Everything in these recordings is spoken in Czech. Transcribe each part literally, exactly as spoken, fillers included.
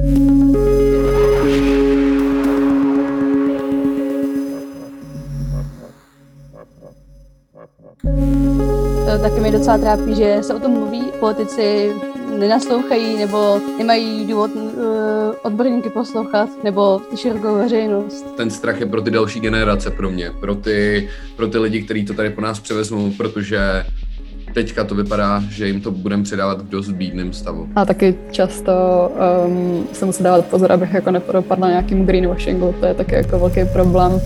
Taky mě docela trápí, že se o tom mluví, politici nenaslouchají nebo nemají důvod uh, odborníky poslouchat nebo širokou veřejnost. Ten strach je pro ty další generace pro mě, pro ty, pro ty lidi, kteří to tady po nás převezmou, protože teďka to vypadá, že jim to budeme předávat v dost bídném stavu. A taky často um, se musí dávat pozor, abych jako nepropadla nějakému greenwashingu, to je taky jako velký problém.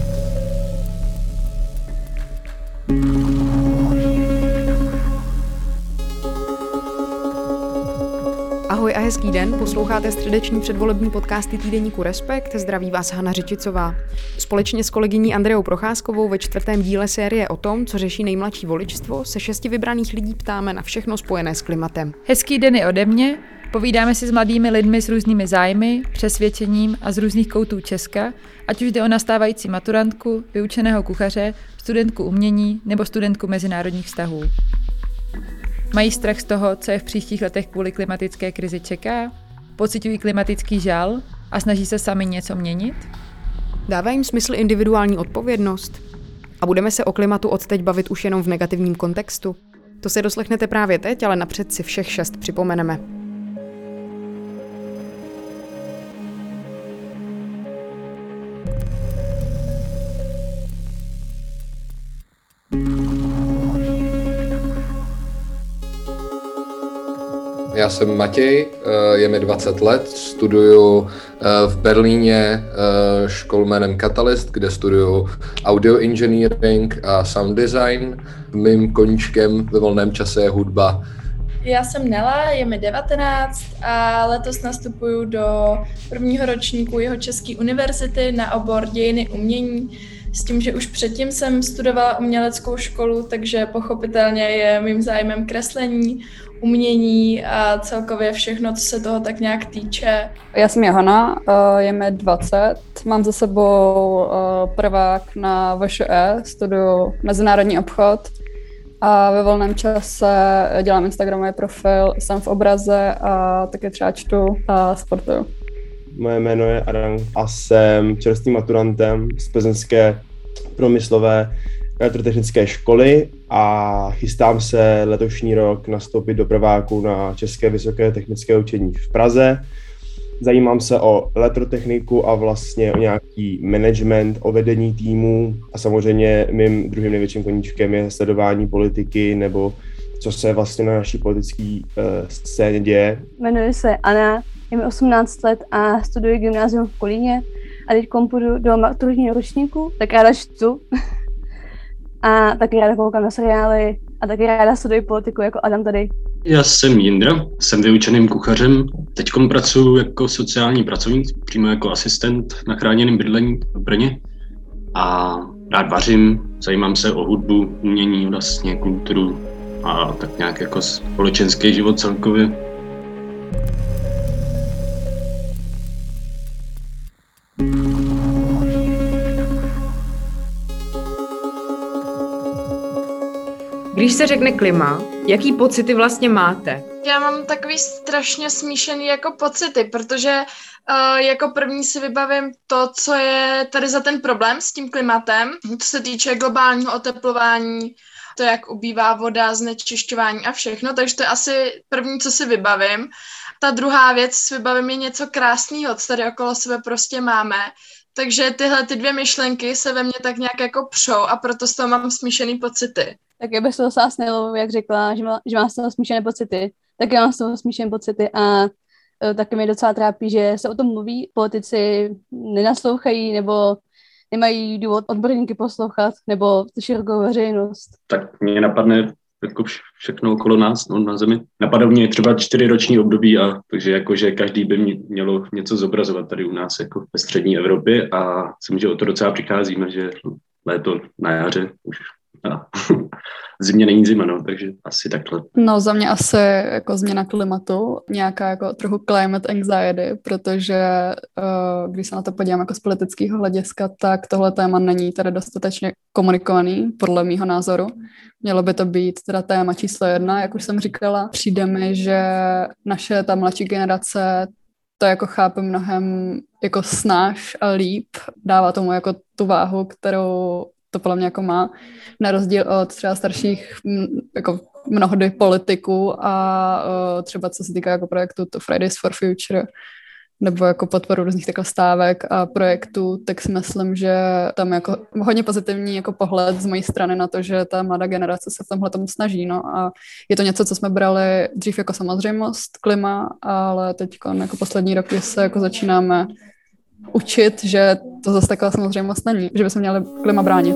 Ahoj a hezký den, posloucháte středeční předvolební podcasty týdeníku Respekt, zdraví vás Hana Řičicová. Společně s kolegyní Andreou Procházkovou ve čtvrtém díle série o tom, co řeší nejmladší voličstvo, se šesti vybraných lidí ptáme na všechno spojené s klimatem. Hezký den i ode mě, povídáme si s mladými lidmi s různými zájmy, přesvědčením a z různých koutů Česka, ať už jde o nastávající maturantku, vyučeného kuchaře, studentku umění nebo studentku mezinárodních vztahů. Mají strach z toho, co je v příštích letech kvůli klimatické krizi čeká? Pociťují klimatický žal a snaží se sami něco měnit? Dává jim smysl individuální odpovědnost? A budeme se o klimatu odteď bavit už jenom v negativním kontextu? To se doslechnete právě teď, ale napřed si všech šest připomeneme. Já jsem Matěj, je mi dvacet let, studuju v Berlíně školu jménem Catalyst, kde studuju audio engineering a sound design. Mým koníčkem ve volném čase je hudba. Já jsem Nela, je mi devatenáct a letos nastupuju do prvního ročníku Jihočeské univerzity na obor dějiny umění. S tím, že už předtím jsem studovala uměleckou školu, takže pochopitelně je mým zájmem kreslení, umění a celkově všechno, co se toho tak nějak týče. Já jsem Johana, je mi dvacet, mám za sebou prvák na V Š E, studuju mezinárodní obchod a ve volném čase dělám Instagramový profil, jsem v obraze a taky třeba čtu a sportuju. Moje jméno je Adam a jsem čerstvým maturantem z plzeňské průmyslové elektrotechnické školy a chystám se letošní rok nastoupit do prváku na České vysoké technické učení v Praze. Zajímám se o elektrotechniku a vlastně o nějaký management, o vedení týmu a samozřejmě mým druhým největším koníčkem je sledování politiky nebo co se vlastně na naší politické uh, scéně děje. Jmenuji se Anna, je mi osmnáct let a studuji gymnázium v Kolíně a teď půjdu do maturitního ročníku, tak ráda čtu a taky ráda koukám na seriály a taky ráda studuji politiku jako Adam tady. Já jsem Jindra, jsem vyučeným kuchařem, teďkom pracuji jako sociální pracovník, přímo jako asistent na chráněném bydlení v Brně a rád vařím, zajímám se o hudbu, umění, vlastně kulturu a tak nějak jako společenský život celkově. Když se řekne klima, jaký pocity vlastně máte? Já mám takový strašně smíšený jako pocity, protože uh, jako první si vybavím to, co je tady za ten problém s tím klimatem, co se týče globálního oteplování, to, jak ubývá voda, znečišťování a všechno, takže to je asi první, co si vybavím. Ta druhá věc, si vybavím, je něco krásného, co tady okolo sebe prostě máme. Takže tyhle ty dvě myšlenky se ve mně tak nějak jako přou a proto z toho mám smíšený pocity. Tak já bych se dostala s Nelou, jak řekla, že, má, že mám z toho smíšené pocity, tak já mám z toho smíšené pocity a e, taky mě docela trápí, že se o tom mluví, politici nenaslouchají nebo nemají důvod odborníky poslouchat nebo širokou veřejnost. Tak mě napadne jako všechno okolo nás, no, na zemi. Napadá mě třeba čtyři roční období, a takže jakože každý by mělo něco zobrazovat tady u nás jako ve střední Evropě a myslím, že o to docela přicházíme, že léto na jaře už a zimě není zima, no, takže asi takhle. No za mě asi jako změna klimatu, nějaká jako trochu climate anxiety, protože uh, když se na to podívám jako z politického hlediska, tak tohle téma není teda dostatečně komunikovaný, podle mýho názoru. Mělo by to být teda téma číslo jedna, jak už jsem říkala. Přijde mi, že naše ta mladší generace to jako chápe mnohem jako snáš a líp, dává tomu jako tu váhu, kterou to podle mě jako má, na rozdíl od třeba starších jako mnohdy politiků a uh, třeba co se týká jako projektu to Fridays for Future nebo jako podporu různých takhle stávek a projektů, tak si myslím, že tam jako hodně pozitivní jako pohled z mojí strany na to, že ta mladá generace se v tomhle tomu snaží, no a je to něco, co jsme brali dřív jako samozřejmost, klima, ale teď jako poslední roky se jako začínáme učit, že to zase taková samozřejmost není, že bychom měli klima bránit.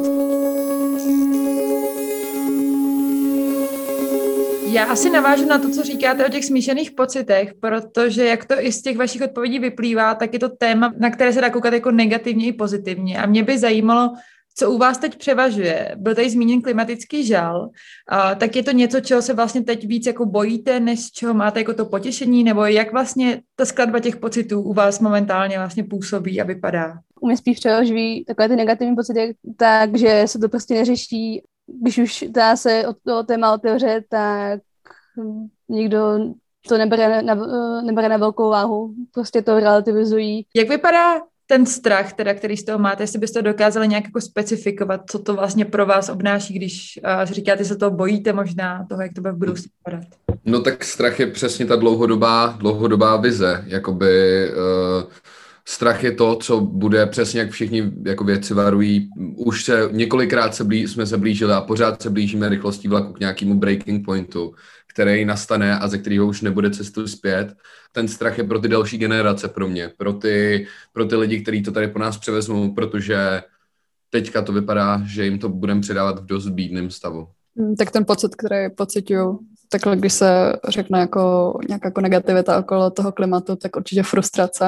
Já asi navážu na to, co říkáte o těch smíšených pocitech, protože jak to i z těch vašich odpovědí vyplývá, tak je to téma, na které se dá koukat jako negativně i pozitivně. A mě by zajímalo, co u vás teď převažuje. Byl tady zmíněn klimatický žal, a tak je to něco, čeho se vlastně teď víc jako bojíte, než z čeho máte jako to potěšení, nebo jak vlastně ta skladba těch pocitů u vás momentálně vlastně působí a vypadá? U mě spíš převažují takové ty negativní pocity, takže se to prostě neřeší. Když už dá se od toho téma otevře, tak nikdo to nebere na, nebere na velkou váhu. Prostě to relativizují. Jak vypadá ten strach, teda, který z toho máte, jestli byste to dokázali nějak jako specifikovat, co to vlastně pro vás obnáší, když uh, říkáte, že se toho bojíte možná, toho, jak to bude v budoucnu vypadat? No tak strach je přesně ta dlouhodobá, dlouhodobá vize, jakoby... Uh... Strach je to, co bude přesně, jak všichni jako vědci varují. Už se několikrát se blí, jsme se blížili a pořád se blížíme rychlostí vlaku k nějakému breaking pointu, který nastane a ze kterého už nebude cestu zpět. Ten strach je pro ty další generace pro mě, pro ty, pro ty lidi, kteří to tady po nás převezmou, protože teďka to vypadá, že jim to budeme předávat v dost bídném stavu. Tak ten pocit, který pociťuju, takhle když se řekne jako nějaká jako negativita okolo toho klimatu, tak určitě frustrace.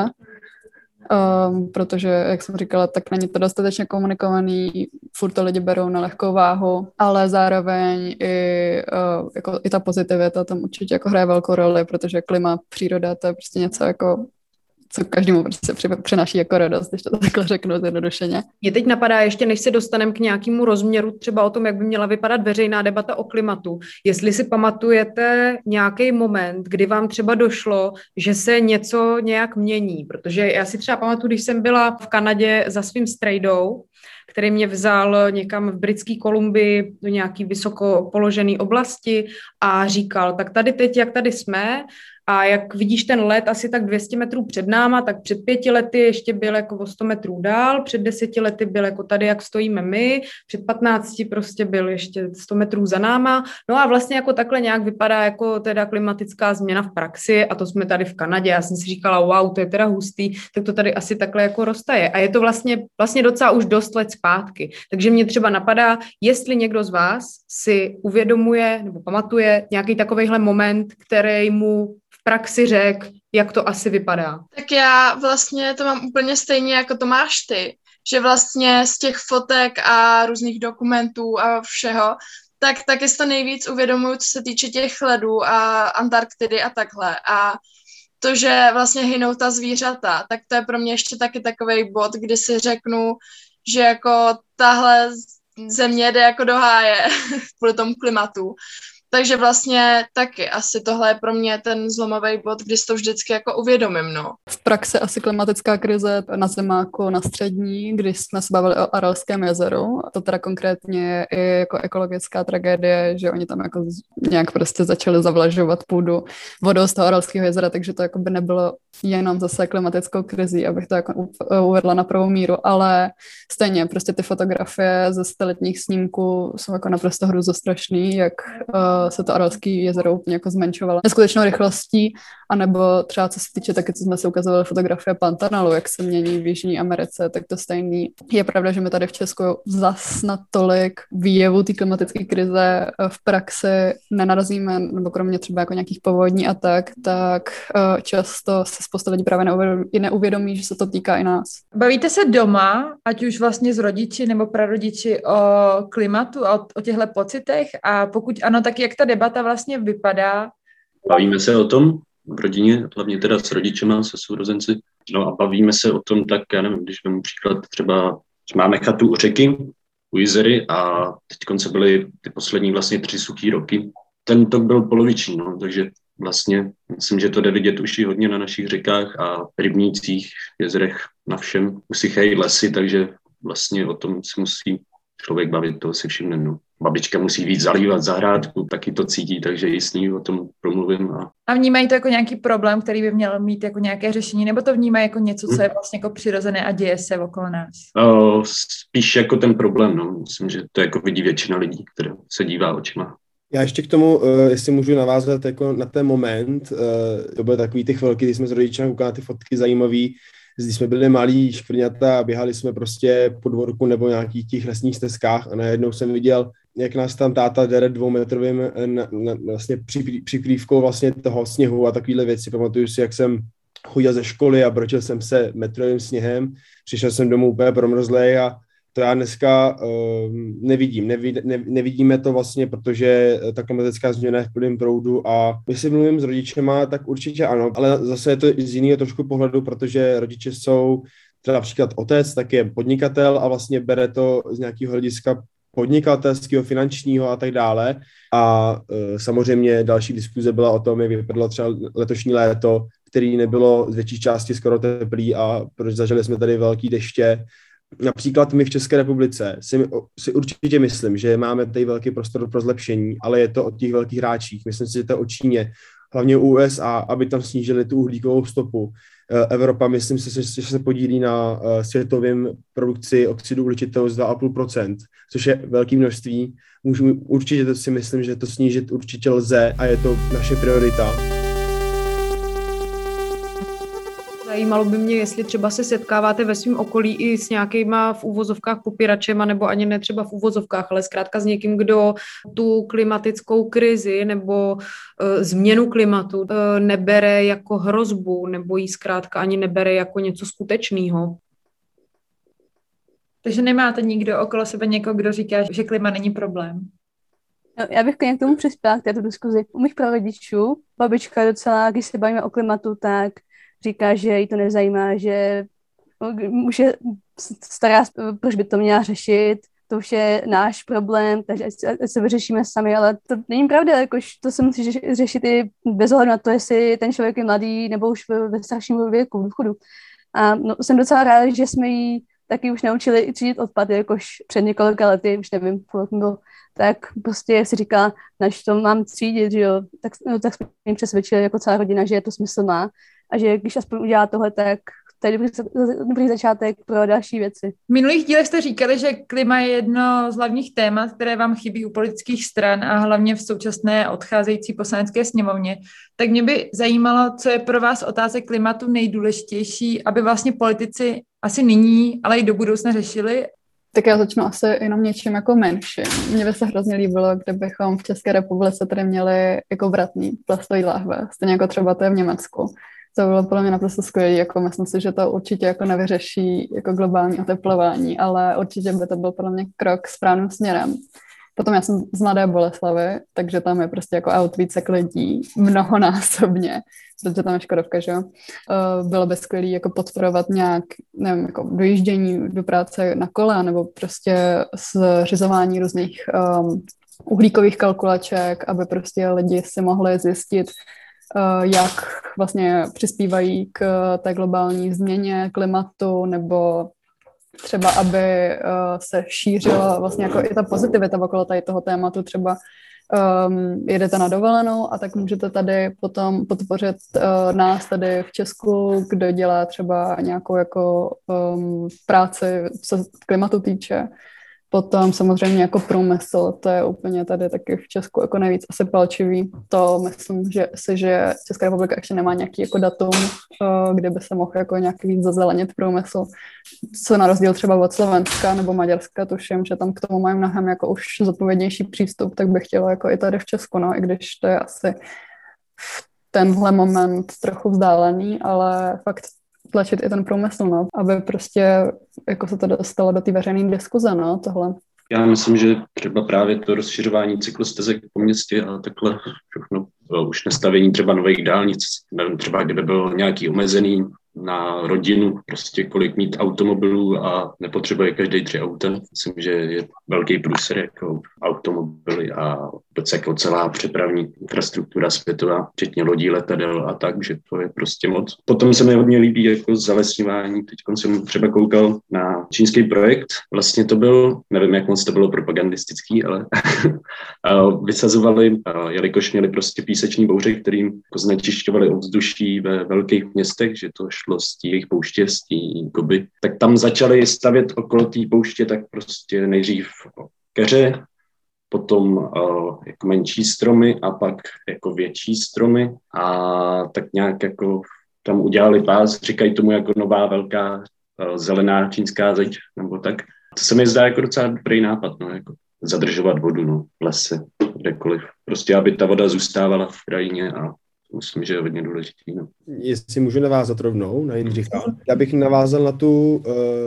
Um, protože, jak jsem říkala, tak není to dostatečně komunikovaný, furt to lidi berou na lehkou váhu, ale zároveň i, uh, jako, i ta pozitivita tam určitě jako hraje velkou roli, protože klima, příroda, to je prostě něco jako, co každému prostě přináší jako radost, když to takhle řeknu zjednodušeně. Mě teď napadá ještě, než se dostaneme k nějakému rozměru třeba o tom, jak by měla vypadat veřejná debata o klimatu. Jestli si pamatujete nějaký moment, kdy vám třeba došlo, že se něco nějak mění, protože já si třeba pamatuju, když jsem byla v Kanadě za svým strejdou, který mě vzal někam v Britské Kolumbii do nějaký vysoko položené oblasti a říkal, tak tady teď, jak tady jsme, a jak vidíš ten led asi tak dvě stě metrů před náma, tak před pěti lety ještě byl jako o sto metrů dál, před deseti lety byl jako tady, jak stojíme my, před patnácti prostě byl ještě sto metrů za náma. No a vlastně jako takhle nějak vypadá jako teda klimatická změna v praxi a to jsme tady v Kanadě. Já jsem si říkala, wow, to je teda hustý, tak to tady asi takhle jako roztaje. A je to vlastně, vlastně docela už dost let zpátky. Takže mě třeba napadá, jestli někdo z vás si uvědomuje nebo pamatuje nějaký takovejhle moment, který mu praxi řek, jak to asi vypadá. Tak já vlastně to mám úplně stejně, jako to máš ty, že vlastně z těch fotek a různých dokumentů a všeho, tak taky si to nejvíc uvědomuju, co se týče těch ledů a Antarktidy a takhle. A to, že vlastně hynou ta zvířata, tak to je pro mě ještě taky takovej bod, kdy si řeknu, že jako tahle země jde jako do háje kvůli tomu klimatu. Takže vlastně taky asi tohle je pro mě ten zlomový bod, kdy si to vždycky jako uvědomím, no. V praxi asi klimatická krize na Zemáku na střední, když jsme se bavili o Aralském jezeru, to teda konkrétně je jako ekologická tragédie, že oni tam jako nějak prostě začali zavlažovat půdu vodou z toho Aralského jezera, takže to jako by nebylo jenom zase klimatickou krizí, abych to jako uvedla na pravou míru, ale stejně prostě ty fotografie ze satelitních snímků jsou jako naprosto hrůzostrašný, jak uh, se to Aralské jezero úplně jako zmenšovalo neskutečnou rychlostí, anebo třeba co se týče taky, co jsme si ukazovali fotografie Pantanalu, jak se mění v Jižní Americe, tak to stejný. Je pravda, že my tady v Česku zas na tolik výjevů té klimatické krize v praxi nenarazíme, nebo kromě třeba jako nějakých povodní a tak, tak uh, často se spousta lidí právě neuvědomí, neuvědomí, že se to týká i nás. Bavíte se doma, ať už vlastně s rodiči nebo prarodiči o klimatu a o, o těchto pocitech a pokud ano, tak jak ta debata vlastně vypadá? Bavíme se o tom v rodině, hlavně teda s rodičema, se sourozenci. No a bavíme se o tom tak, já nevím, když mám příklad třeba, že máme chatu u řeky, u Jizery a teď konce byly ty poslední vlastně tři suchý roky. Ten tok byl poloviční, no, takže vlastně myslím, že to jde vidět už i hodně na našich řekách a rybnících, jezerech, na všem. Usychají lesy, takže vlastně o tom se musí člověk bavit, toho si všimne. No. Babička musí víc zalívat zahrádku, taky to cítí, takže i s ní o tom promluvím. A, a vnímají to jako nějaký problém, který by měl mít jako nějaké řešení, nebo to vnímají jako něco, co je vlastně jako přirozené a děje se okolo nás? O, spíš jako ten problém, no. Myslím, že to jako vidí většina lidí, která se dívá očima. Já ještě k tomu, uh, jestli můžu navázat jako na ten moment, uh, to byl takový ty chvilky, kdy jsme s rodičem koukali na ty fotky zajímavý, když jsme byli malí škvrňata a běhali jsme prostě po dvorku nebo nějakých těch lesních stezkách a najednou jsem viděl, jak nás tam táta dere dvoumetrovým na, na, vlastně při, přikrývkou vlastně toho sněhu a takovýhle věci. Pamatuju si, jak jsem chodil ze školy a bročil jsem se metrovým sněhem, přišel jsem domů úplně promrzlej a to já dneska uh, nevidím. Nevid, ne, nevidíme to vlastně, protože ta klimatická změna je v plném proudu a jestli mluvím s rodičema, tak určitě ano, ale zase je to z jiného trošku pohledu, protože rodiče jsou, třeba například otec, tak je podnikatel a vlastně bere to z nějakého hlediska podnikatelského, finančního a tak dále. A uh, samozřejmě další diskuze byla o tom, jak vypadalo třeba letošní léto, který nebylo z větší části skoro teplý a proč zažili jsme tady velký deště. Například my v České republice si, si určitě myslím, že máme tady velký prostor pro zlepšení, ale je to o těch velkých hráčích. Myslím si, že to je o Číně, hlavně U S A, aby tam snížili tu uhlíkovou stopu. Evropa, myslím si, že se podílí na světovém produkci oxidu uhličitého z dva a půl procenta, což je velké množství. Můžu, určitě si myslím, že to snížit určitě lze a je to naše priorita. Zajímalo by mě, jestli třeba se setkáváte ve svém okolí i s nějakýma v úvozovkách popíračema, nebo ani ne třeba v úvozovkách, ale zkrátka s někým, kdo tu klimatickou krizi nebo uh, změnu klimatu uh, nebere jako hrozbu, nebo ji zkrátka ani nebere jako něco skutečného. Takže nemáte nikdo okolo sebe někoho, kdo říká, že klima není problém? No, já bych k tomu přispěla k této diskuzi. U mých prarodičů, babička docela, když se bavíme o klimatu, tak říká, že jí to nezajímá, že už je stará, proč by to měla řešit, to už je náš problém, takže ať, ať se vyřešíme sami, ale to není pravda, jakož to se musí řešit i bez ohledu na to, jestli ten člověk je mladý nebo už ve, ve starším věku, v důchodu. A no, jsem docela ráda, že jsme jí taky už naučili i třídit odpad, jakož před několika lety, už nevím, kolik bylo, tak prostě si říká, nač to mám třídit, že jo, tak, no, tak jsme jim přesvědčili jako celá rodina, že to smysl má. A že když aspoň udělá tohle, tak to je dobrý, dobrý začátek pro další věci. V minulých dílech jste říkali, že klima je jedno z hlavních témat, které vám chybí u politických stran a hlavně v současné odcházející poslanecké sněmovně. Tak mě by zajímalo, co je pro vás otázek klimatu nejdůležitější, aby vlastně politici asi nyní, ale i do budoucna řešili. Tak já začnu asi jenom něčím jako menším. Mně by se hrozně líbilo, kdybychom v České republice tady měli jako vratný plastový láhve, stejně jako třeba to je v Německu. To bylo podle mě naprosto skvělé, jako myslím si, že to určitě jako nevyřeší jako globální oteplování, ale určitě by to byl podle mě krok správným směrem. Potom já jsem z Mladé Boleslavi, takže tam je prostě jako aut více lidí, mnohonásobně, protože tam je Škodovka, že jo. Bylo by skvělé jako podporovat nějak, nevím, jako dojíždění do práce na kole, nebo prostě zřizování různých um, uhlíkových kalkulaček, aby prostě lidi si mohli zjistit, jak vlastně přispívají k té globální změně klimatu, nebo třeba, aby se šířila vlastně jako i ta pozitivita okolo tady toho tématu, třeba um, jedete na dovolenou a tak můžete tady potom podpořit uh, nás tady v Česku, kdo dělá třeba nějakou jako um, práci, co klimatu týče. Potom samozřejmě jako průmysl, to je úplně tady taky v Česku jako nejvíc asi palčivý. To myslím, že si, že Česká republika ještě nemá nějaký jako datum, kde by se mohl jako nějak víc zazelenit průmysl. Co na rozdíl třeba od Slovenska nebo Maďarska, tuším, že tam k tomu mají mnohem jako už zodpovědnější přístup, tak bych chtěla jako i tady v Česku, no, i když to je asi v tenhle moment trochu vzdálený, ale fakt tlačit i ten průmysl, no, aby prostě jako se to dostalo do té veřejné diskuze, no, tohle. Já myslím, že třeba právě to rozšiřování cyklostezek po městě a takhle všechno, už nestavění třeba nových dálnic, nevím, třeba kdyby byl nějaký omezený na rodinu, prostě kolik mít automobilů a nepotřebuje každý tři auta. Myslím, že je velký průser jako automobily a vůbec jako celá přepravní infrastruktura světová, včetně lodí, letadel a tak, že to je prostě moc. Potom se mi hodně líbí jako zalesňování. Teď jsem třeba koukal na čínský projekt. Vlastně to byl, nevím, jak moc to bylo propagandistický, ale vysazovali, jelikož měli prostě píseční bouře, kterým jako znečišťovali ovzduší ve velkých městech, že to šlo z té jejich pouště, z té Gobi. Tak tam začali stavět okolo té pouště tak prostě nejdřív keře, potom uh, jako menší stromy a pak jako větší stromy a tak nějak jako tam udělali pás, říkají tomu jako nová velká uh, zelená čínská zeď nebo tak. To se mi zdá jako docela dobrý nápad, no, jako zadržovat vodu, no, v lese, kdekoliv. Prostě, aby ta voda zůstávala v krajině a myslím, že je hodně důležitý. No. Jestli můžu navázat rovnou na Jindřicha. Já bych navázal na tu,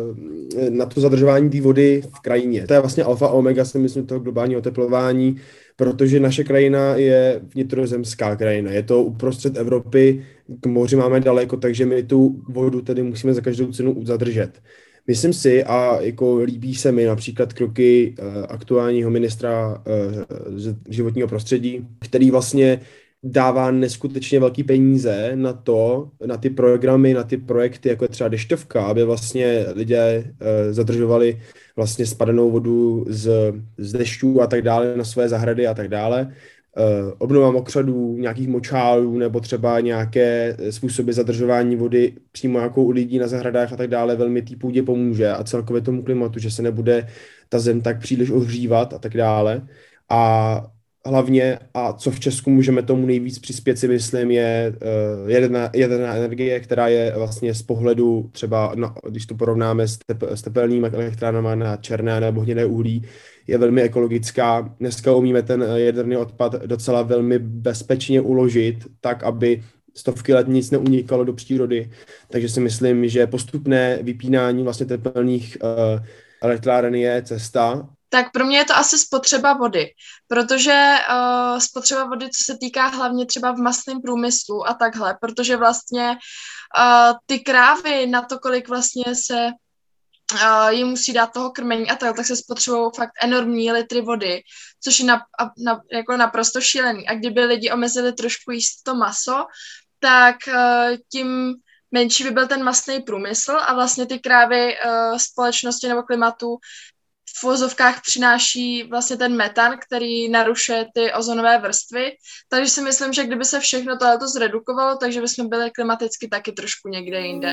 na to zadržování té vody v krajině. To je vlastně alfa omega, si myslím, toho globálního oteplování, protože naše krajina je vnitrozemská krajina. Je to uprostřed Evropy, k moři máme daleko, takže my tu vodu tedy musíme za každou cenu zadržet. Myslím si, a jako líbí se mi například kroky aktuálního ministra životního prostředí, který vlastně dává neskutečně velký peníze na to, na ty programy, na ty projekty, jako je třeba dešťovka, aby vlastně lidé uh, zadržovali vlastně spadanou vodu z, z dešťů a tak dále na své zahrady a tak dále. Uh, obnova mokřadů, nějakých močálů nebo třeba nějaké způsoby zadržování vody přímo jako u lidí na zahradách a tak dále velmi té půdě pomůže a celkově tomu klimatu, že se nebude ta zem tak příliš ohřívat a tak dále. A hlavně, a co v Česku můžeme tomu nejvíc přispět, si myslím, je uh, jaderná, jaderná energie, která je vlastně z pohledu třeba, no, když to porovnáme s, tep, s tepelnými elektrárnami na černé nebo hnědé uhlí, je velmi ekologická. Dneska umíme ten jaderný odpad docela velmi bezpečně uložit, tak, aby stovky let nic neunikalo do přírody. Takže si myslím, že postupné vypínání vlastně tepelných uh, elektráren je cesta. Tak pro mě je to asi spotřeba vody, protože uh, spotřeba vody, co se týká hlavně třeba v masném průmyslu a takhle, protože vlastně uh, ty krávy na to, kolik vlastně se uh, jim musí dát toho krmení a tak, tak se spotřebují fakt enormní litry vody, což je na, na, jako naprosto šílený. A kdyby lidi omezili trošku jíst to maso, tak uh, tím menší by byl ten masný průmysl a vlastně ty krávy uh, společnosti nebo klimatu v uvozovkách přináší vlastně ten metan, který narušuje ty ozonové vrstvy. Takže si myslím, že kdyby se všechno tohleto zredukovalo, takže bychom byli klimaticky taky trošku někde jinde.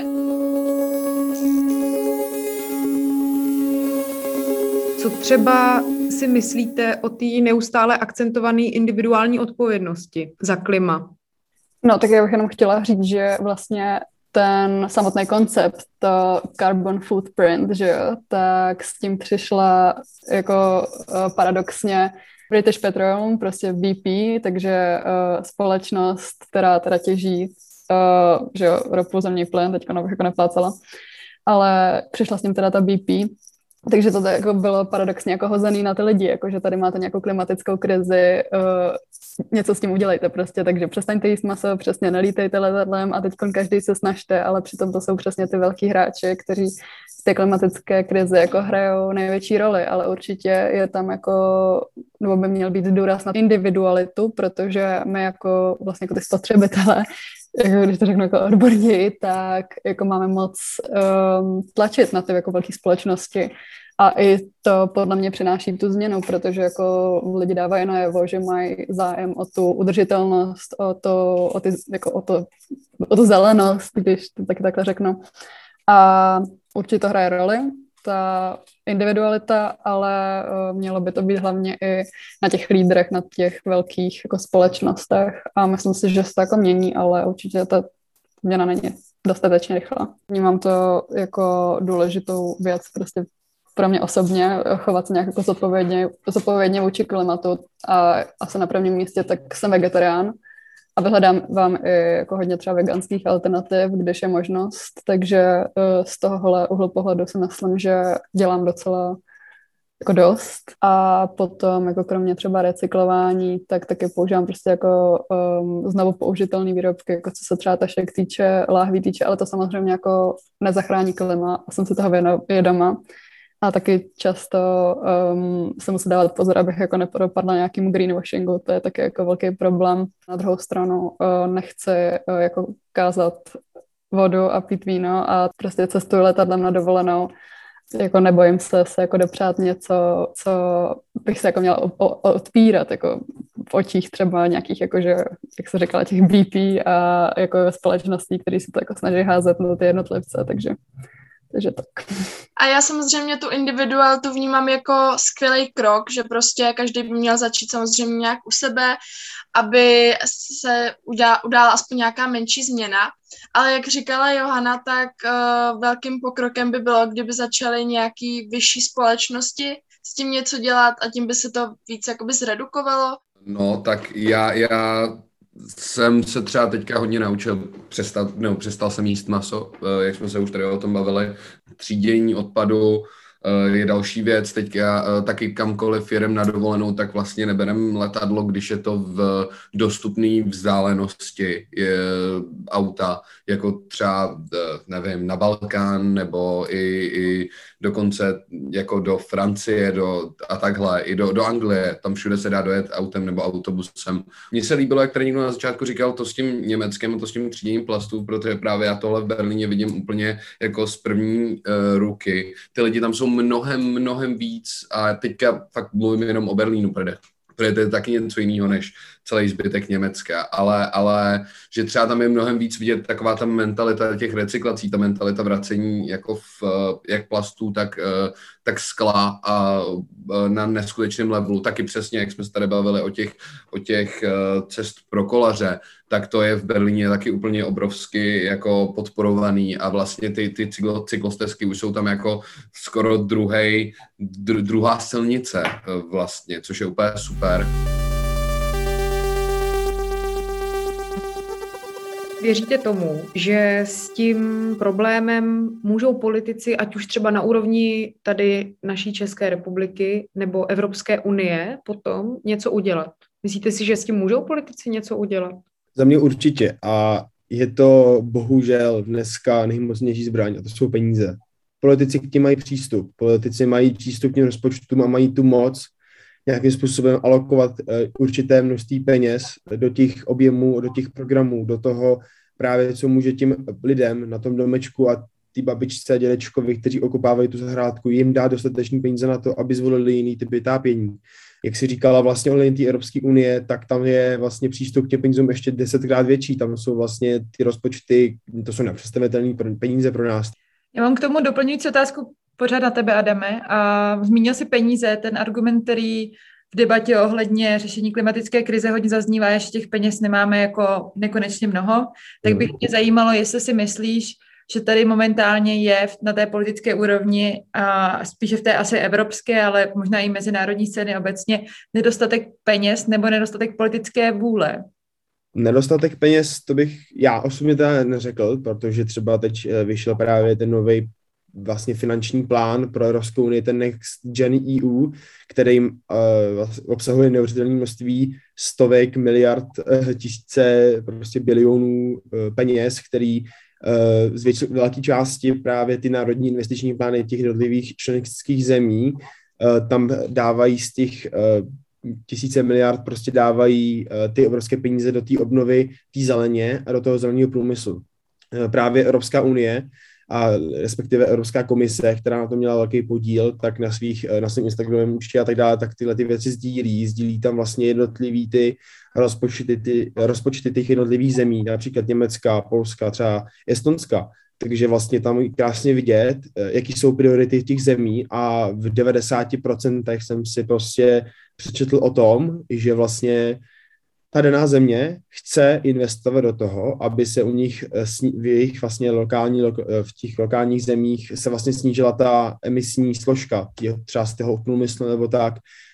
Co třeba si myslíte o té neustále akcentované individuální odpovědnosti za klima? No, tak já bych jenom chtěla říct, že vlastně ten samotný koncept, to carbon footprint, že jo, tak s tím přišla jako uh, paradoxně British Petroleum, prostě B P, takže uh, společnost, která teda těží uh, že jo, ropu, zemní plyn, teďka bych jako neplácala, ale přišla s tím teda ta B P, takže to jako bylo paradoxně jako hozený na ty lidi, jako že tady máte nějakou klimatickou krizi, uh, něco s tím udělejte prostě, takže přestaňte jíst maso, přesně nelítejte letadlem a teď každý se snažte, ale přitom to jsou přesně ty velký hráči, kteří v té klimatické krizi jako hrajou největší roli, ale určitě je tam jako, nebo by měl být důraz na individualitu, protože my jako vlastně jako ty spotřebitelé, jako když to řeknu jako odborněji, tak jako máme moc um, tlačit na ty jako velké společnosti. A i to podle mě přináší tu změnu, protože jako lidi dávají najevo, že mají zájem o tu udržitelnost, o, to, o, ty, jako o, to, o tu zelenost, když to taky takhle řeknu. A určitě to hraje roli, ta individualita, ale uh, mělo by to být hlavně i na těch lídrech, na těch velkých jako společnostech. A myslím si, že se to jako mění, ale určitě ta změna není dostatečně rychlá. Vnímám to jako důležitou věc prostě pro mě osobně, chovat se nějak jako zodpovědně, zodpovědně vůči klimatu a asi na prvním místě tak jsem vegetarián a vyhledám vám i jako hodně třeba veganských alternativ, když je možnost, takže z tohohle úhlu pohledu si myslím, že dělám docela jako dost. A potom jako kromě třeba recyklování, tak taky používám prostě jako um, znovu použitelné výrobky, jako co se třeba tašek týče, láhví týče, ale to samozřejmě jako nezachrání klima a jsem si toho vědoma. A taky často um, se musí dávat pozor, abych jako nepropadla nějakému greenwashingu, to je taky jako velký problém. Na druhou stranu uh, nechci uh, jako kázat vodu a pít víno a prostě cestuji letadlem na dovolenou. Jako nebojím se se jako dopřát něco, co bych se jako měla o, o, odpírat, jako v očích třeba nějakých, jakože, jak se říkala, těch B P a jako společností, který si to jako snaží házet na ty jednotlivce, takže Takže tak. A já samozřejmě tu individualitu vnímám jako skvělý krok, že prostě každý by měl začít samozřejmě nějak u sebe, aby se udělala, udála aspoň nějaká menší změna. Ale jak říkala Johana, tak uh, velkým pokrokem by bylo, kdyby začaly nějaký vyšší společnosti s tím něco dělat a tím by se to víc jakoby zredukovalo. No, tak já, já jsem se třeba teďka hodně naučil přestat, no, přestal jsem jíst maso, jak jsme se už tady o tom bavili. Třídění odpadu je další věc. Teďka taky kamkoliv jedem na dovolenou, tak vlastně neberem letadlo, když je to v dostupné vzdálenosti je auta, jako třeba, nevím, na Balkán, nebo i, i dokonce jako do Francie do, a takhle, i do, do Anglie, tam všude se dá dojet autem nebo autobusem. Mně se líbilo, jak tady někdo na začátku říkal, to s tím Německem, to s tím tříděním plastů, protože právě já tohle v Berlíně vidím úplně jako z první uh, ruky. Ty lidi tam jsou mnohem, mnohem víc a teďka fakt mluvím jenom o Berlínu, protože protože to je taky něco jiného než celý zbytek Německa, ale, ale že třeba tam je mnohem víc vidět taková ta mentalita těch recyklací, ta mentalita vracení jako v, jak plastů, tak, tak skla a na neskutečném levelu, taky přesně, jak jsme se tady bavili o těch, o těch cest pro kolaře, tak to je v Berlíně taky úplně obrovsky jako podporovaný a vlastně ty, ty cyklo, cyklostezky už jsou tam jako skoro druhej, dru, druhá silnice vlastně, což je úplně super. Věříte tomu, že s tím problémem můžou politici, ať už třeba na úrovni tady naší České republiky nebo Evropské unie, potom něco udělat? Myslíte si, že s tím můžou politici něco udělat? Za mě určitě a je to bohužel dneska nejmocnější zbraň a to jsou peníze. Politici k tím mají přístup. Politici mají přístup k těm rozpočtům a mají tu moc nějakým způsobem alokovat určité množství peněz do těch objemů, do těch programů, do toho právě, co může těm lidem na tom domečku a ty babičce a dědečkovi, kteří okupávají tu zahrádku, jim dá dostatečný peníze na to, aby zvolili jiný typ vytápění. Jak si říkala vlastně o té Evropské unie, tak tam je vlastně přístup k těm penězům ještě desetkrát větší. Tam jsou vlastně ty rozpočty, to jsou nepředstavitelné peníze pro nás. Já mám k tomu doplňující otázku pořád na tebe, Adame. A zmínil si peníze, ten argument, který v debatě ohledně řešení klimatické krize hodně zaznívá, že těch peněz nemáme jako nekonečně mnoho. Tak bych mě zajímalo, jestli si myslíš, že tady momentálně je na té politické úrovni a spíše v té asi evropské, ale možná i mezinárodní scény obecně nedostatek peněz nebo nedostatek politické vůle. Nedostatek peněz, to bych já osobně teda neřekl, protože třeba teď vyšel právě ten nový vlastně finanční plán pro Evropskou unii, ten Next Gen E U, který uh, obsahuje neuvěřitelné množství stovek miliard, uh, tisíce, prostě bilionů uh, peněz, který uh, z větší, velké části právě ty národní investiční plány těch jednotlivých členských zemí uh, tam dávají z těch uh, tisíce miliard, prostě dávají uh, ty obrovské peníze do té obnovy, té zeleně a do toho zeleného průmyslu. Uh, právě Evropská unie a respektive Evropská komise, která na to měla velký podíl, tak na svých, na svém Instagramu účtě a tak dále, tak tyhle ty věci sdílí, sdílí tam vlastně jednotlivý ty rozpočty, ty rozpočty těch jednotlivých zemí, například Německa, Polska, třeba Estonska, takže vlastně tam krásně vidět, jaký jsou priority těch zemí a v devadesáti procentech jsem si prostě přečetl o tom, že vlastně ta daná země chce investovat do toho, aby se u nich v jejich vlastně lokální, v těch lokálních zemích se vlastně snížila ta emisní složka, třeba z toho průmyslu nebo tak.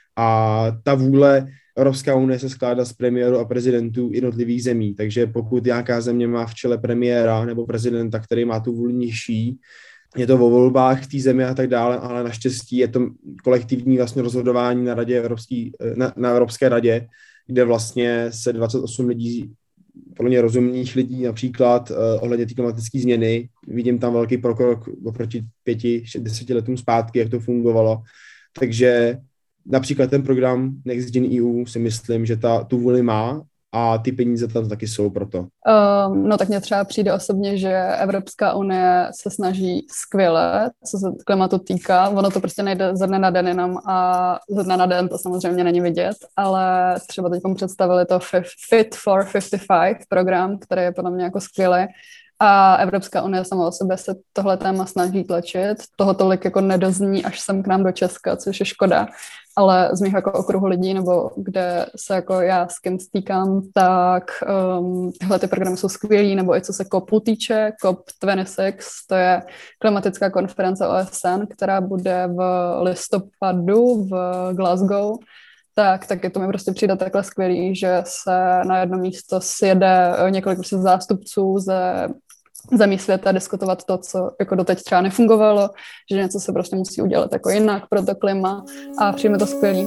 A ta vůle Evropská unie se skládá z premiérů a prezidentů jednotlivých zemí, takže pokud nějaká země má v čele premiéra nebo prezidenta, který má tu vůli nižší, je to o volbách v té zemi a tak dále, ale naštěstí je to kolektivní vlastně rozhodování na, radě Evropský, na, na Evropské radě, kde vlastně se dvacet osm lidí, podle mě rozumných lidí, například uh, ohledně té klimatické změny. Vidím tam velký pokrok oproti pěti, deseti letům zpátky, jak to fungovalo. Takže například ten program Next Gen E U si myslím, že ta, tu vůli má a ty peníze tam taky jsou pro to. Um, no tak mně třeba přijde osobně, že Evropská unie se snaží skvěle, co se klimatu týká. Ono to prostě nejde ze dne na den jenom a ze dne na den to samozřejmě není vidět, ale třeba teď představili to Fit for padesát pět program, který je podle mě jako skvělý. A Evropská unie sama o sobě se tohle téma snaží tlačit. Toho tolik jako nedozní až sem k nám do Česka, což je škoda. Ale z mých jako okruhu lidí, nebo kde se jako já s kým stýkám, tak um, tyhle ty programy jsou skvělý, nebo i co se kopu týče, C O P dvacet šest, to je klimatická konference O S N, která bude v listopadu v Glasgow. Tak, tak je to mi prostě přijde takhle skvělý, že se na jedno místo sjede několik prostě zástupců ze zemí světa diskutovat to, co jako doteď třeba nefungovalo, že něco se prostě musí udělat jako jinak pro to klima a přijde to skvělý.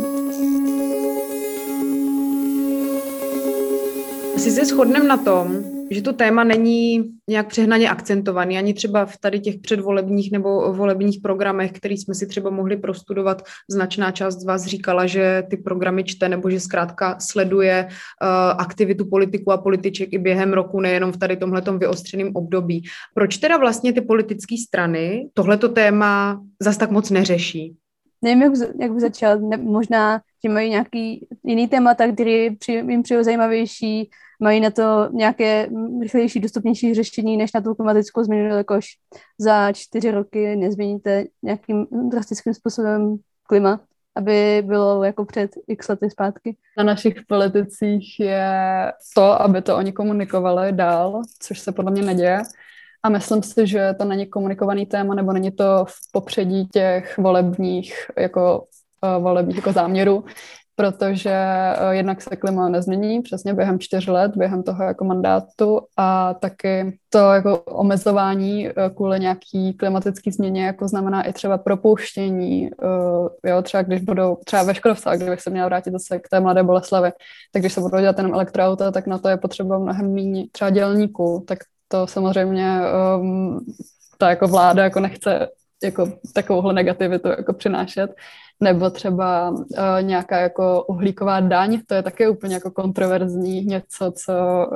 Asi se shodneme na tom, že to téma není nějak přehnaně akcentovaný, ani třeba v tady těch předvolebních nebo volebních programech, který jsme si třeba mohli prostudovat. Značná část z vás říkala, že ty programy čte nebo že zkrátka sleduje uh, aktivitu politiků a političek i během roku, nejenom v tady tomhletom vyostřeném období. Proč teda vlastně ty politické strany tohleto téma zas tak moc neřeší? Nevím, jak, jak by začal. Ne, možná, že mají nějaký jiný témata, který při, jim přijde zajímavější, mají na to nějaké rychlejší, dostupnější řešení, než na tu klimatickou změnu, jakož za čtyři roky nezměníte nějakým drastickým způsobem klima, aby bylo jako před x lety zpátky. Na našich politicích je to, aby to oni komunikovali dál, což se podle mě neděje. A myslím si, že to není komunikovaný téma, nebo není to v popředí těch volebních jako, uh, volebních jako záměrů, protože uh, jednak se klima nezmění přesně během čtyř let, během toho jako mandátu a taky to jako omezování uh, kvůli nějaký klimatický změně jako znamená i třeba propouštění, uh, jo, třeba když budou, třeba ve Škodovce, kdybych se měla vrátit zase k té Mladé Boleslavi, tak když se budou dělat jenom elektroauta, tak na to je potřeba mnohem méně třeba dělníků, tak to samozřejmě um, ta jako vláda jako nechce jako takovouhle negativitu jako přinášet. Nebo třeba uh, nějaká jako uhlíková daň, to je také úplně jako kontroverzní něco, co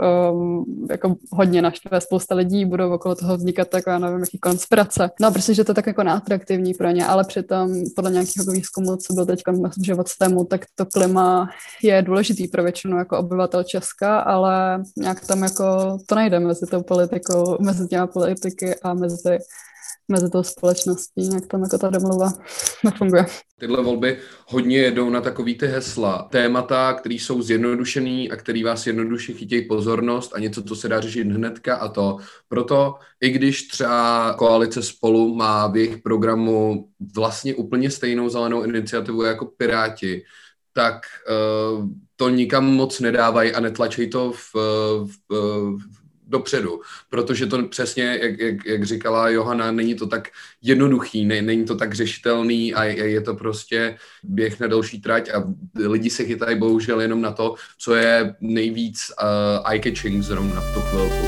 um, jako hodně naštve spousta lidí, budou okolo toho vznikat takové, já nevím, jaký konspirace. No, protože to je tak jako neatraktivní pro ně, ale přitom podle nějakého výzkumu, co byl teď v životstému, tak to klima je důležitý pro většinu jako obyvatel Česka, ale nějak tam jako to nejde mezi tou politikou, mezi těma politiky a mezi mezi tou společností, jak tam jako ta domluva nefunguje. Tyhle volby hodně jedou na takový ty hesla. Témata, které jsou zjednodušený a který vás jednoduše chytějí pozornost a něco, co se dá řešit hnedka a to. Proto, i když třeba koalice Spolu má v jejich programu vlastně úplně stejnou zelenou iniciativu jako Piráti, tak uh, to nikam moc nedávají a netlačí to v, v, v dopředu, protože to přesně, jak, jak, jak říkala Johana, není to tak jednoduchý, ne, není to tak řešitelný a je, je to prostě běh na delší trať a lidi se chytají bohužel jenom na to, co je nejvíc uh, eye-catching zrovna v tu chvilku.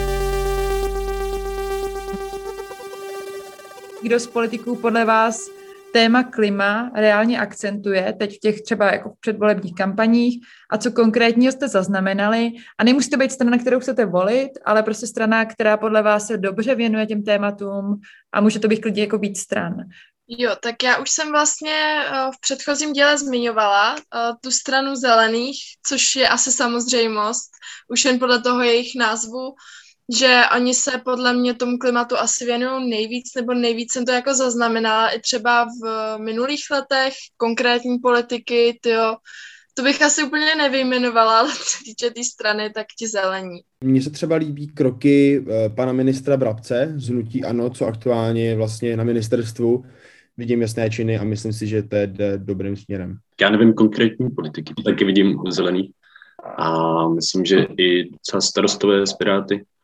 Kdo z politiků podle vás téma klima reálně akcentuje teď v těch třeba jako v předvolebních kampaních a co konkrétního jste zaznamenali? A nemusí to být strana, kterou chcete volit, ale prostě strana, která podle vás se dobře věnuje těm tématům a může to být klidně jako víc stran. Jo, tak já už jsem vlastně v předchozím díle zmiňovala tu stranu zelených, což je asi samozřejmost, už jen podle toho jejich názvu, že oni se podle mě tomu klimatu asi věnují nejvíc, nebo nejvíc jsem to jako zaznamenala i třeba v minulých letech, konkrétní politiky, tyjo, to bych asi úplně nevyjmenovala, ale co týče té tý strany, tak ti zelení. Mně se třeba líbí kroky pana ministra Brabce z hnutí ANO, co aktuálně je vlastně na ministerstvu. Vidím jasné činy a myslím si, že to jde dobrým směrem. Já nevím konkrétní politiky, taky vidím zelený. A myslím, že i třeba starostové z Piráty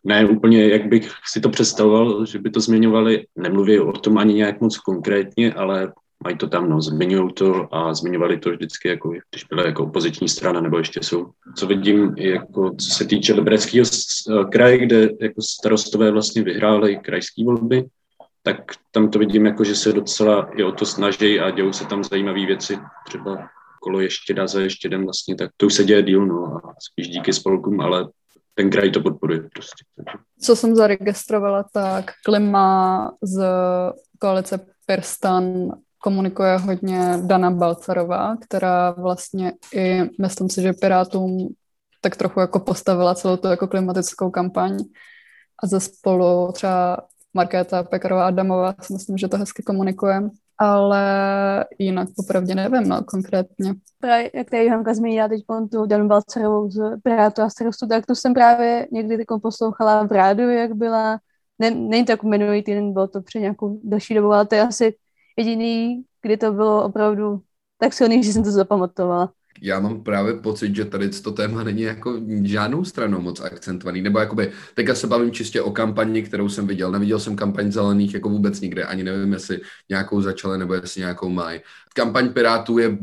ne úplně, jak bych si to představoval, že by to zmiňovali, nemluví o tom ani nějak moc konkrétně, ale mají to tam, no, zmiňují to a zmiňovali to vždycky, jako, když byla jako opoziční strana, nebo ještě jsou. Co vidím, jako, co se týče Libereckého kraje, kde jako starostové vlastně vyhráli krajské volby, tak tam to vidím, jako, že se docela i o to snaží a dějou se tam zajímavé věci, třeba kolo Ještěda za Ještědem vlastně, tak to už se děje díl, no, a spíš díky spolkům, ale ten kraj to podporuje prostě. Co jsem zaregistrovala, tak Klima z koalice PirSTAN komunikuje hodně Dana Balcarová, která vlastně i, myslím si, že Pirátům tak trochu jako postavila celou tu jako klimatickou kampaň a ze Spolu třeba Markéta Pekarová Adamová, si myslím, že to hezky komunikuje, ale jinak popravdě nevím, no, konkrétně. Právě, jak tady Hanka zmínila teď tu Danu Balcarovou z Pirátu a Starostu, tak tu jsem právě někdy takovou poslouchala v rádiu, jak byla, ne, není to jako minulý týden, bylo to před nějakou další dobu, ale to je asi jediný, kdy to bylo opravdu tak silný, že jsem to zapamatovala. Já mám právě pocit, že tady to téma není jako žádnou stranou moc akcentovaný, nebo jakoby, teďka se bavím čistě o kampani, kterou jsem viděl. Neviděl jsem kampaň Zelených jako vůbec nikde, ani nevím, jestli nějakou začali, nebo jestli nějakou mají. Kampaň Pirátů je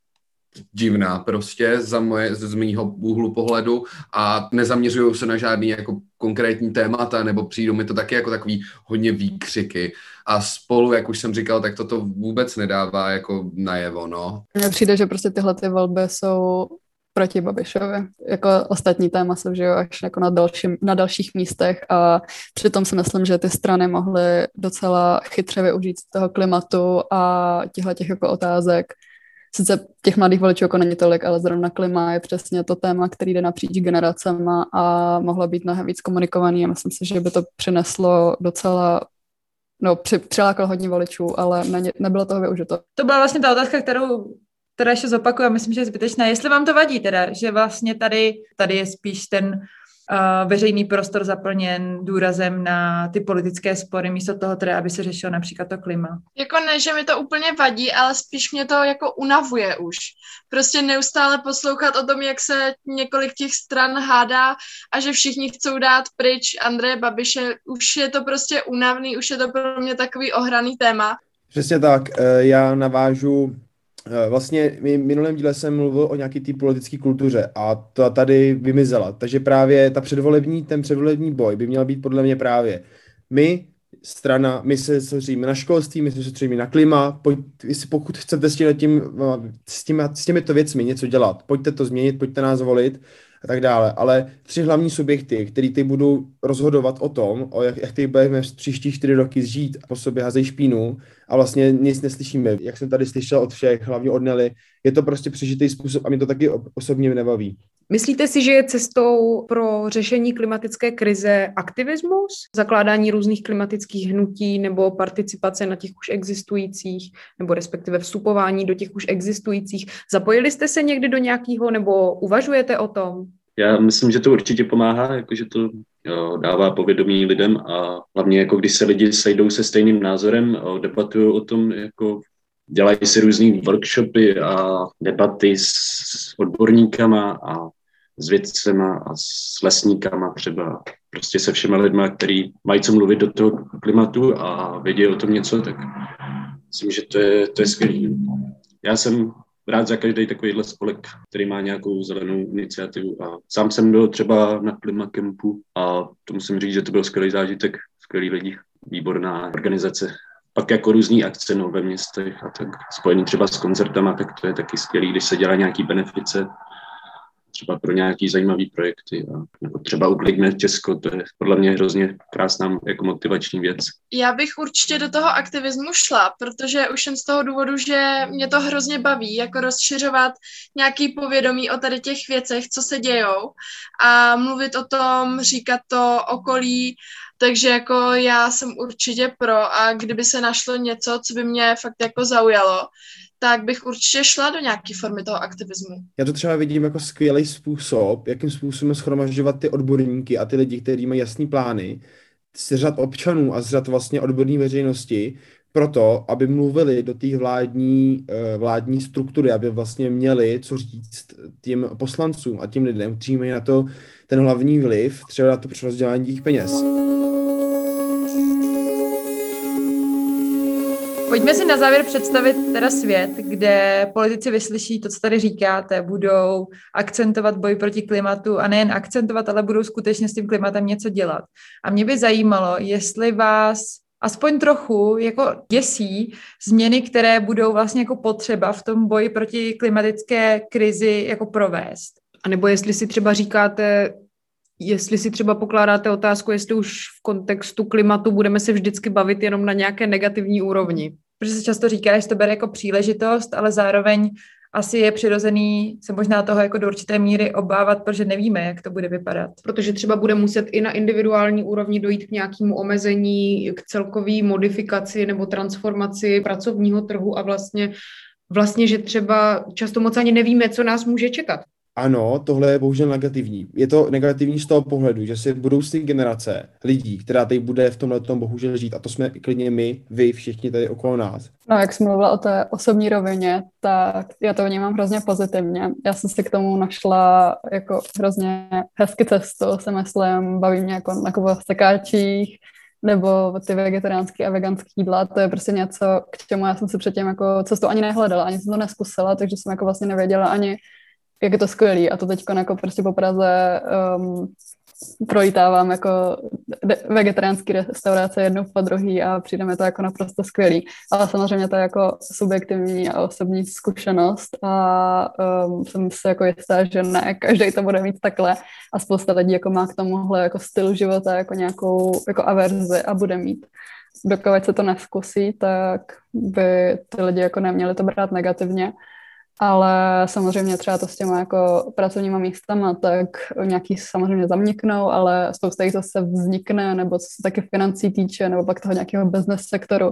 divná prostě za moje, z mýho úhlu pohledu a nezaměřují se na žádný jako konkrétní témata, nebo přijdou mi to taky jako takový hodně výkřiky. A Spolu, jak už jsem říkal, tak toto vůbec nedává jako najevo, no. Mně přijde, že prostě tyhle ty volby jsou proti Babišovi. Jako ostatní téma se vžijou až jako na, dalším, na dalších místech a přitom si myslím, že ty strany mohly docela chytře využít toho klimatu a těchto těch jako otázek. Sice těch mladých voličů jako není tolik, ale zrovna klima je přesně to téma, který jde napříč generacema a mohlo být mnohem víc komunikovaný a myslím si, že by to přineslo docela, no při, přilákalo hodně voličů, ale ne, nebylo toho využito. To byla vlastně ta otázka, kterou teda ještě zopakuju a myslím, že je zbytečná. Jestli vám to vadí teda, že vlastně tady, tady je spíš ten Uh, veřejný prostor zaplněn důrazem na ty politické spory, místo toho teda, aby se řešilo například to klima. Jako ne, že mi to úplně vadí, ale spíš mě to jako unavuje už. Prostě neustále poslouchat o tom, jak se několik těch stran hádá a že všichni chcou dát pryč Andreje Babiše. Už je to prostě únavný, už je to pro mě takový ohraný téma. Přesně tak, já navážu. Vlastně v minulém díle jsem mluvil o nějaký té politické kultuře a to tady vymizela. Takže právě ta předvolební, ten předvolební boj by měl být podle mě právě my, strana, my se soustředíme na školství, my se soustředíme na klima, pojď, pokud chcete s, tím, s, těmi, s těmito věcmi něco dělat, pojďte to změnit, pojďte nás volit a tak dále. Ale tři hlavní subjekty, který ty budou rozhodovat o tom, o jak, jak ty budeme příští čtyři roky žít a po sobě hazejí špínu a vlastně nic neslyšíme. Jak jsem tady slyšel od všech, hlavně od Nelly, je to prostě přežitý způsob a mě to taky osobně nebaví. Myslíte si, že je cestou pro řešení klimatické krize aktivismus, zakládání různých klimatických hnutí nebo participace na těch už existujících, nebo respektive vstupování do těch už existujících? Zapojili jste se někdy do nějakého nebo uvažujete o tom? Já myslím, že to určitě pomáhá, jakože to jo, dává povědomí lidem a hlavně jako když se lidi sejdou se stejným názorem, debatují o tom, jako dělají si různý workshopy a debaty s odborníkama a s vědcema a s lesníkama třeba, prostě se všema lidma, kteří mají co mluvit do toho klimatu a vědí o tom něco, tak myslím, že to je, to je skvělý. Já jsem rád za každý takovýhle spolek, který má nějakou zelenou iniciativu a sám jsem byl třeba na klimakempu a to musím říct, že to byl skvělý zážitek, skvělý lidi, výborná organizace. Pak jako různý akce no, ve městech a tak spojený třeba s koncertama, tak to je taky skvělý, když se dělá nějaký benefice, třeba pro nějaký zajímavý projekty. A, nebo třeba Uklidíme Česko, to je podle mě hrozně krásná jako motivační věc. Já bych určitě do toho aktivismu šla, protože už jen z toho důvodu, že mě to hrozně baví, jako rozšiřovat nějaký povědomí o tady těch věcech, co se dějou a mluvit o tom, říkat to okolí, takže jako já jsem určitě pro a kdyby se našlo něco, co by mě fakt jako zaujalo, tak bych určitě šla do nějaké formy toho aktivismu. Já to třeba vidím jako skvělý způsob, jakým způsobem shromažďovat ty odborníky a ty lidi, kteří mají jasný plány, z řad občanů a z řad vlastně odborné veřejnosti, proto, aby mluvili do té vládní, vládní struktury, aby vlastně měli co říct tím poslancům a tím lidem, kteří mají na to ten hlavní vliv, třeba na to přerozdělání těch peněz. Pojďme si na závěr představit teda svět, kde politici vyslyší to, co tady říkáte, budou akcentovat boj proti klimatu a nejen akcentovat, ale budou skutečně s tím klimatem něco dělat. A mě by zajímalo, jestli vás aspoň trochu jako děsí změny, které budou vlastně jako potřeba v tom boji proti klimatické krizi jako provést. A nebo jestli si třeba říkáte, jestli si třeba pokládáte otázku, jestli už v kontextu klimatu budeme se vždycky bavit jenom na nějaké negativní úrovni. Protože se často říká, že to bere jako příležitost, ale zároveň asi je přirozený se možná toho jako do určité míry obávat, protože nevíme, jak to bude vypadat. Protože třeba bude muset i na individuální úrovni dojít k nějakému omezení, k celkové modifikaci nebo transformaci pracovního trhu a vlastně, vlastně, že třeba často moc ani nevíme, co nás může čekat. Ano, tohle je bohužel negativní. Je to negativní z toho pohledu, že si budoucí generace lidí, která tady bude v tomhle tom bohužel žít, a to jsme klidně my, vy, všichni tady okolo nás. No, jak jsi mluvila o té osobní rovině, tak já to vnímám hrozně pozitivně. Já jsem si k tomu našla jako hrozně hezky cestu, si myslím, baví mě jako na stekáčích, nebo ty vegetariánský a veganský jídla, to je prostě něco, k čemu já jsem si předtím jako cestu ani nehledala, ani jsem to neskusila, takže jsem jako vlastně nevěděla ani, jak je to skvělý, a to teď jako prostě po Praze um, projítávám jako vegetariánský restaurace jednou po druhý a přijde mi to jako naprosto skvělý. Ale samozřejmě to je jako subjektivní a osobní zkušenost a um, jsem si jako jistá, že ne každý to bude mít takhle a spousta lidí jako má k tomuhle jako stylu života jako nějakou jako averzi a bude mít. Dokud se to neskusí, tak by ty lidi jako neměli to brát negativně. Ale samozřejmě třeba to s těma jako pracovníma místama, tak nějaký samozřejmě zamniknou, ale spousta jich zase vznikne, nebo co se taky financí týče, nebo pak toho nějakého business sektoru,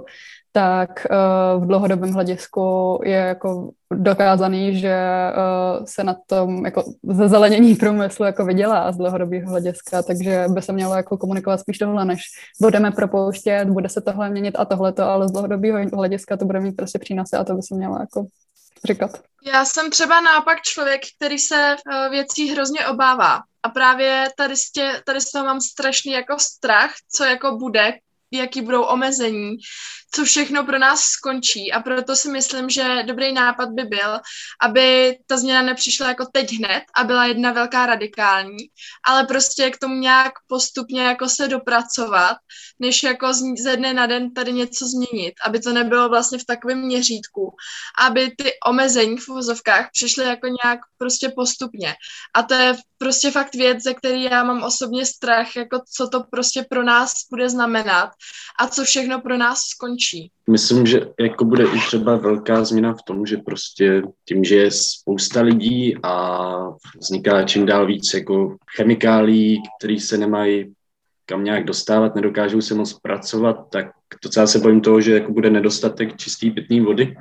tak uh, v dlouhodobém hledisku je jako dokázaný, že uh, se na tom jako ze zelenění průmyslu jako vydělá z dlouhodobého hlediska, takže by se mělo jako komunikovat spíš tohle, než budeme propouštět, bude se tohle měnit a tohleto, ale z dlouhodobého hlediska to bude mít prostě přínosy a to by se mělo jako říkat. Já jsem třeba naopak člověk, který se věcí hrozně obává. A právě tady z, tě, tady z toho mám strašný jako strach, co jako bude, jaký budou omezení, co všechno pro nás skončí. A proto si myslím, že dobrý nápad by byl, aby ta změna nepřišla jako teď hned a byla jedna velká radikální, ale prostě k tomu nějak postupně jako se dopracovat, než jako ze dne na den tady něco změnit, aby to nebylo vlastně v takovém měřítku, aby ty omezení v uvozovkách přišly jako nějak prostě postupně. A to je prostě fakt věc, ze který já mám osobně strach, jako co to prostě pro nás bude znamenat a co všechno pro nás skončí. Myslím, že jako bude i třeba velká změna v tom, že prostě tím, že je spousta lidí a vzniká čím dál víc jako chemikálií, které se nemají kam nějak dostávat, nedokážou se moc pracovat, tak docela se bojím toho, že jako bude nedostatek čistý pitné vody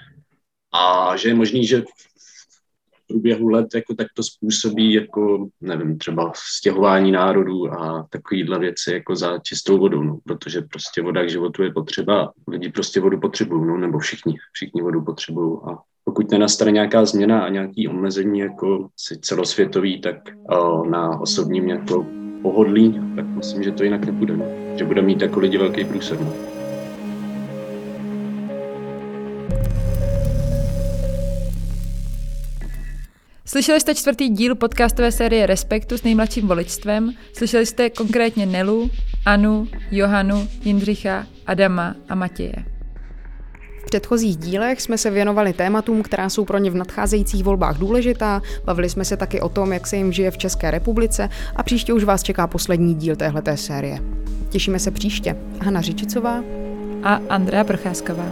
a že je možný, že v průběhu let jako tak to způsobí jako, nevím, třeba stěhování národů a takovýhle věci jako za čistou vodou, no, protože prostě voda k životu je potřeba, lidi prostě vodu potřebují, no, nebo všichni, všichni vodu potřebují a pokud nenastane nějaká změna a nějaký omezení jako celosvětový, tak o, na osobním jako pohodlí, tak myslím, že to jinak nebude, no, že bude mít jako lidi velký průser, no. Slyšeli jste čtvrtý díl podcastové série Respektu s nejmladším voličstvem. Slyšeli jste konkrétně Nelu, Anu, Johanu, Jindřicha, Adama a Matěje. V předchozích dílech jsme se věnovali tématům, která jsou pro ně v nadcházejících volbách důležitá, bavili jsme se taky o tom, jak se jim žije v České republice a příště už vás čeká poslední díl téhleté série. Těšíme se příště. Hana Řičicová a Andrea Procházková.